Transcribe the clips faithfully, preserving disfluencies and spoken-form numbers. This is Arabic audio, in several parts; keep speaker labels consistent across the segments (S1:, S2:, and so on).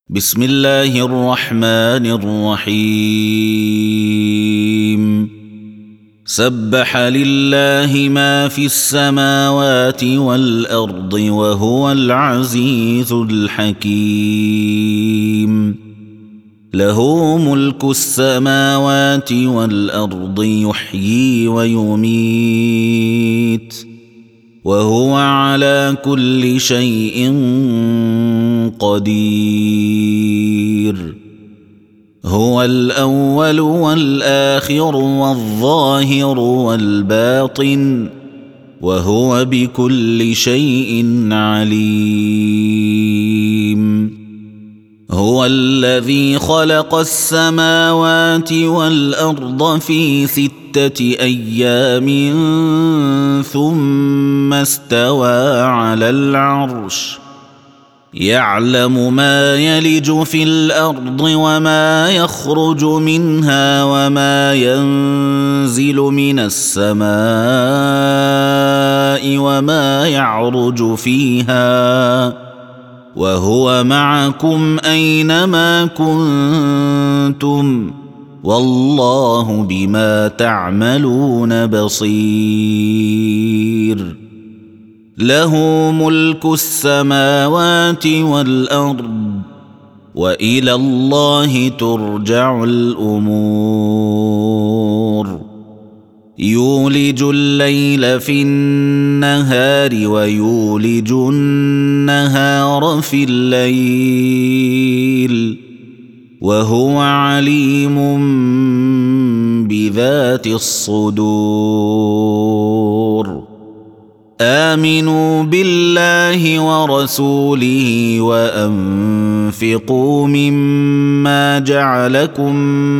S1: بسم الله الرحمن الرحيم سبح لله ما في السماوات والأرض وهو العزيز الحكيم له ملك السماوات والأرض يحيي ويميت وهو على كل شيء قدير هو الأول والآخر والظاهر والباطن وهو بكل شيء عليم هو الذي خلق السماوات والأرض في ستة أيام ثم استوى على العرش يعلم ما يلج في الأرض وما يخرج منها وما ينزل من السماء وما يعرج فيها وهو معكم أينما كنتم والله بما تعملون بصير له ملك السماوات والأرض وإلى الله ترجع الأمور يولج الليل في النهار ويولج النهار في الليل وهو عليم بذات الصدور آمنوا بالله ورسوله وأنفقوا مما جعلكم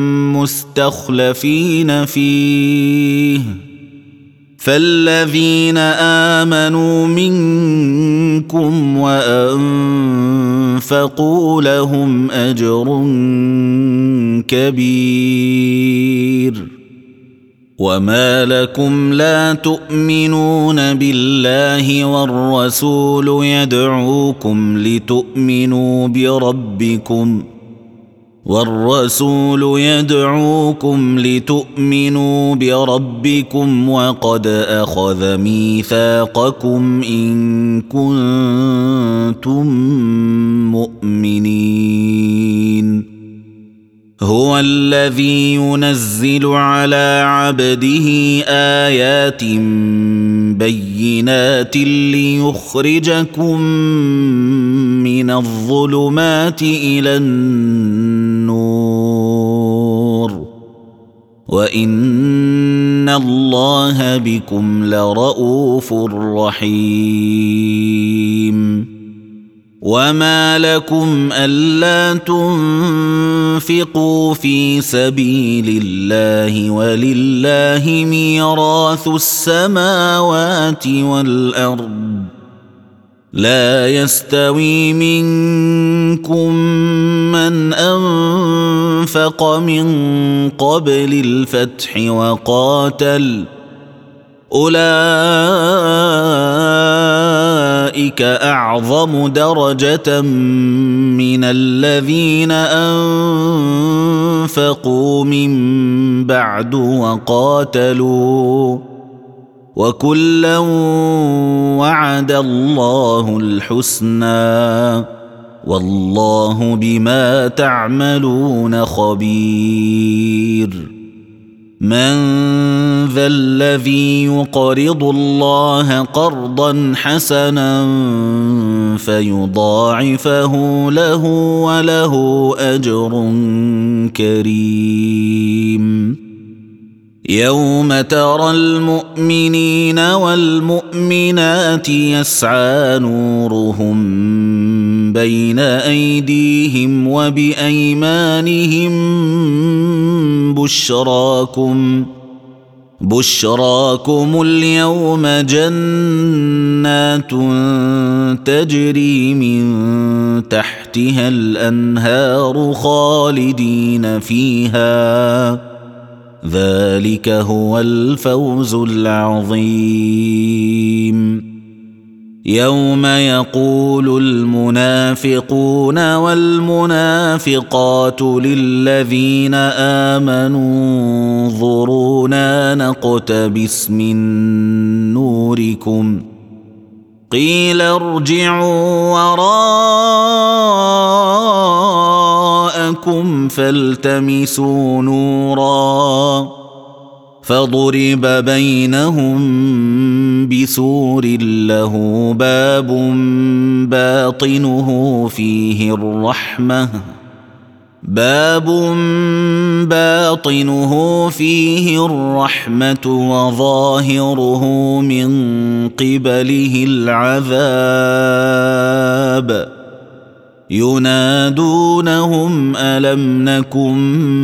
S1: مستخلفين فيه فالذين آمنوا منكم وأنفقوا لهم أجر كبير وما لكم لا تؤمنون بالله والرسول يدعوكم لتؤمنوا بربكم والرسول يدعوكم لتؤمنوا بربكم وقد أخذ ميثاقكم إن كنتم مؤمنين هو الذي ينزل على عبده آيات بينات ليخرجكم من الظلمات إلى النور وإن الله بكم لرؤوف رحيم وما لكم ألا تنفقوا في سبيل الله ولله ميراث السماوات والأرض لا يستوي منكم من أنفق من قبل الفتح وقاتل أولئك أعظم درجة من الذين أنفقوا من بعد وقاتلوا وكلا وعد الله الحسنى والله بما تعملون خبير من ذا الذي يقرض الله قرضا حسنا فيضاعفه له وله أجر كريم يوم ترى المؤمنين والمؤمنات يسعى نورهم بين أيديهم وبأيمانهم بشراكم بشراكم اليوم جنات تجري من تحتها الأنهار خالدين فيها ذلك هو الفوز العظيم يوم يقول المنافقون والمنافقات للذين آمنوا انظرونا نقتبس من نوركم قيل ارجعوا وراءكم فالتمسوا نورا فضرب بينهم بسور له باب باطنه فيه الرحمة باب باطنه فيه الرحمة وظاهره من قبله العذاب ينادونهم ألم نكن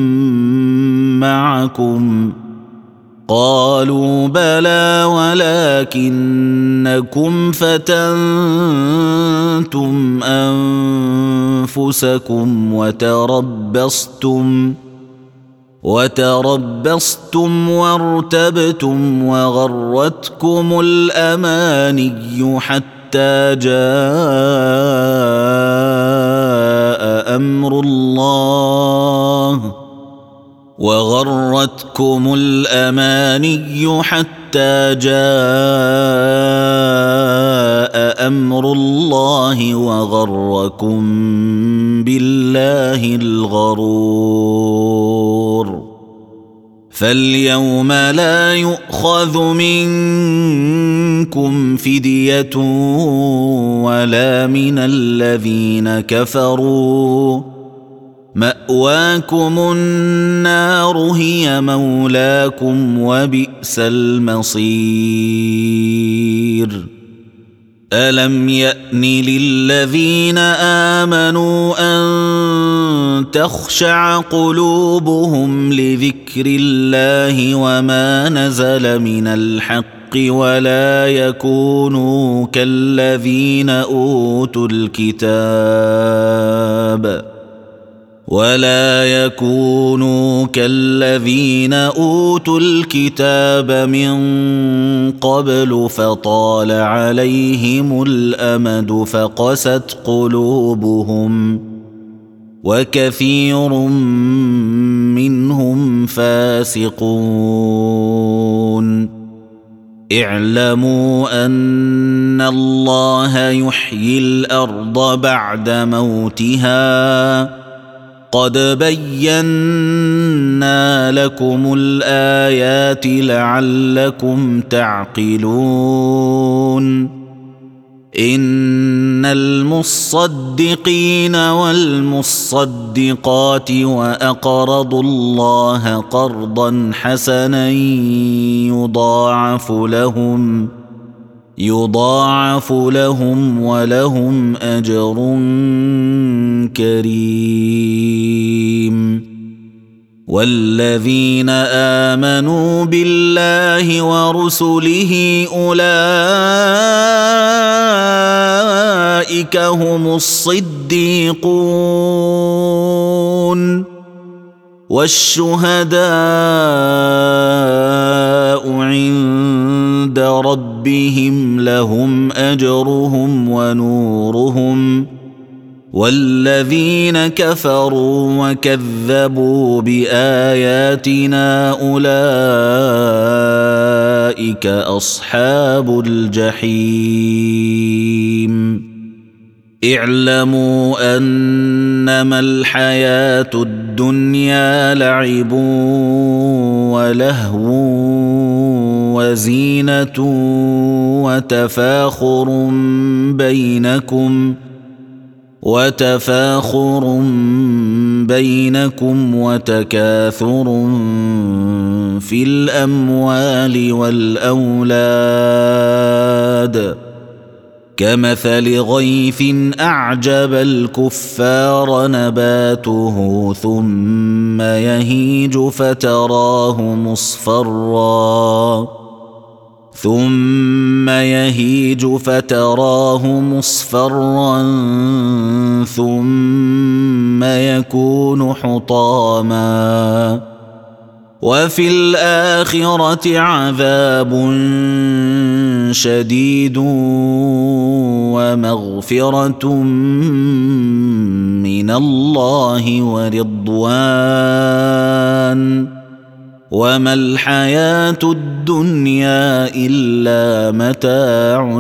S1: معكم قالوا بلى ولكنكم فتنتم أنفسكم وتربصتم وتربصتم وارتبتم وغرتكم الأماني حتى جاء أمر الله وغرتكم الأماني حتى جاء أمر الله وغركم بالله الغرور فاليوم لا يؤخذ منكم فدية ولا من الذين كفروا مأواكم النار هي مولاكم وبئس المصير ألم يأن للذين آمنوا أن تخشع قلوبهم لذكر الله وما نزل من الحق ولا يكونوا كالذين أوتوا الكتاب ولا يكونوا كالذين أوتوا الكتاب من قبل فطال عليهم الأمد فقست قلوبهم وكثير منهم فاسقون اعلموا أن الله يحيي الأرض بعد موتها قد بينا لكم الآيات لعلكم تعقلون إن المصدقين والمصدقات وأقرضوا الله قرضا حسنا يضاعف لهم يضاعف لهم ولهم أجر كريم والذين آمنوا بالله ورسله أولئك هم الصديقون والشهداء عند ربهم لهم أجرهم ونورهم والذين كفروا وكذبوا بآياتنا أولئك أصحاب الجحيم اعلموا أنما الحياة الدنيا لعب ولهو وزينة وتفاخر بينكم وتفاخر بينكم وتكاثر في الأموال والأولاد كمثل غيث أعجب الكفار نباته ثم يهيج فتراه مصفرا ثم يهيج فتراه مصفرا ثم يكون حطاما وفي الآخرة عذاب شديد ومغفرة من الله ورضوان وما الحياة الدنيا إلا متاع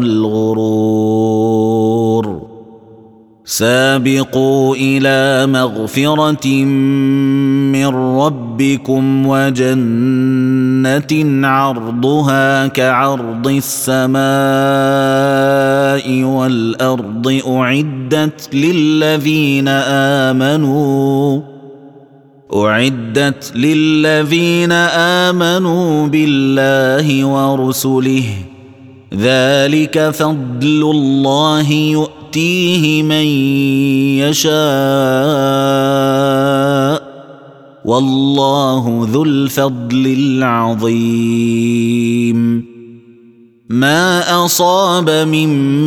S1: الغرور سابقوا إلى مغفرة من ربكم وجنة عرضها كعرض السماء والأرض أعدت للذين آمنوا أعدت للذين آمنوا بالله ورسله ذلك فضل الله يؤتيه من يشاء والله ذو الفضل العظيم ما أصاب من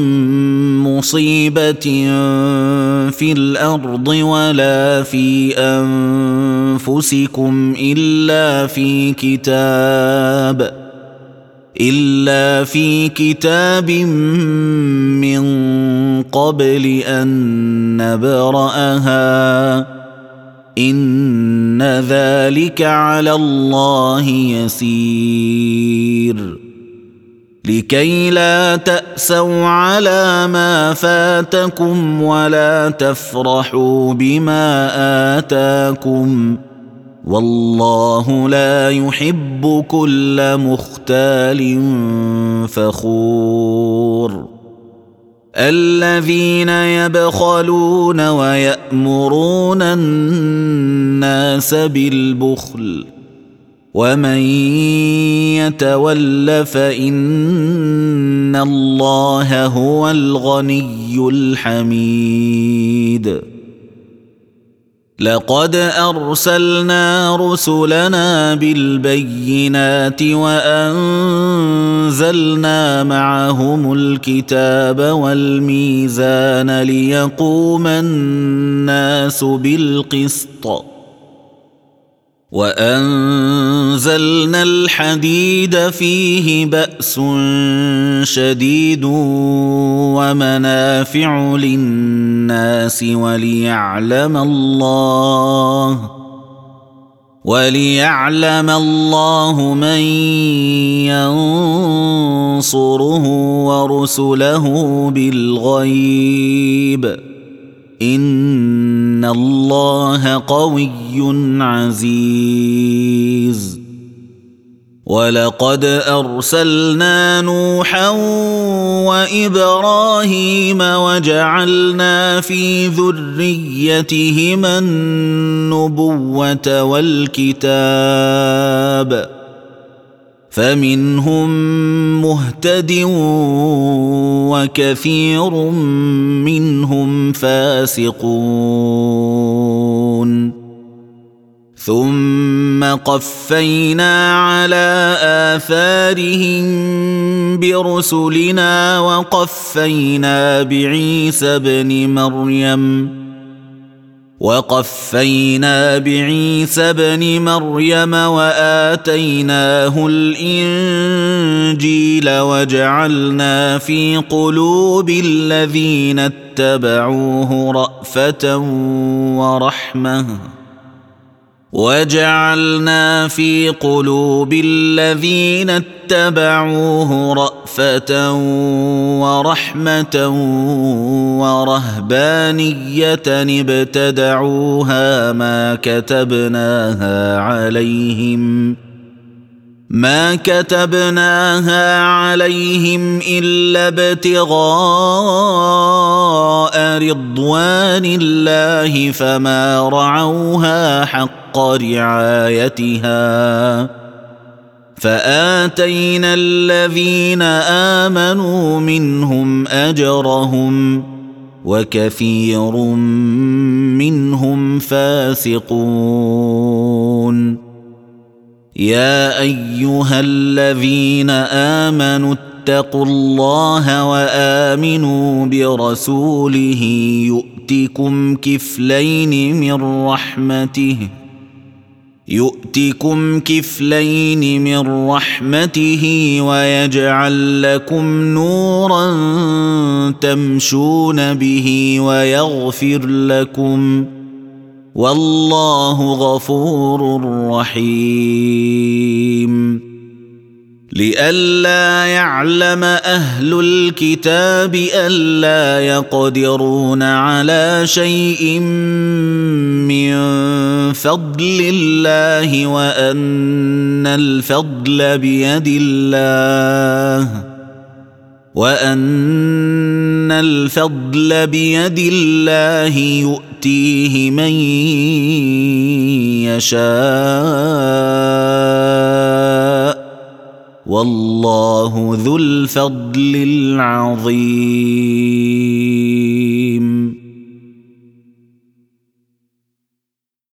S1: مصيبة في الأرض ولا في أنفسكم إلا في كتاب إلا في كتاب من قبل أن نبرأها إن ذلك على الله يسير لكي لا تأسوا على ما فاتكم ولا تفرحوا بما آتاكم والله لا يحب كل مختال فخور الذين يبخلون ويأمرون الناس بالبخل ومن يتول فإن الله هو الغني الحميد لقد أرسلنا رسلنا بالبينات وأنزلنا معهم الكتاب والميزان ليقوم الناس بالقسط وأنزلنا الحديد فيه بأس شديد ومنافع للناس وليعلم الله وليعلم الله من ينصره ورسله بالغيب إن الله قوي عزيز ولقد أرسلنا نوحا وإبراهيم وجعلنا في ذريتهما النبوة والكتاب فمنهم مهتد وكثير منهم فاسقون ثم قفينا على آثارهم برسلنا وقفينا بعيسى ابن مريم وقفينا بعيسى ابن مريم وآتيناه الإنجيل وجعلنا في قلوب الذين اتبعوه رأفة ورحمة وجعلنا في قلوب الذين اتبعوه رأفة ورحمة ورهبانية ابتدعوها ما كتبناها عليهم ما كتبناها عليهم إلا ابتغاء رضوان الله فما رعوها حق رعايتها فآتينا الذين آمنوا منهم أجرهم وكثير منهم فاسقون يا أيها الذين آمنوا اتقوا الله وآمنوا برسوله يؤتكم كفلين من رحمته يؤتكم كفلين من رحمته ويجعل لكم نورا تمشون به ويغفر لكم والله غفور رحيم. لئلا يعلم أهل الكتاب ألا يقدرون على شيء من فضل الله وأن الفضل بيد الله وأن الفضل بيد الله يؤتيه من يشاء والله ذو الفضل العظيم.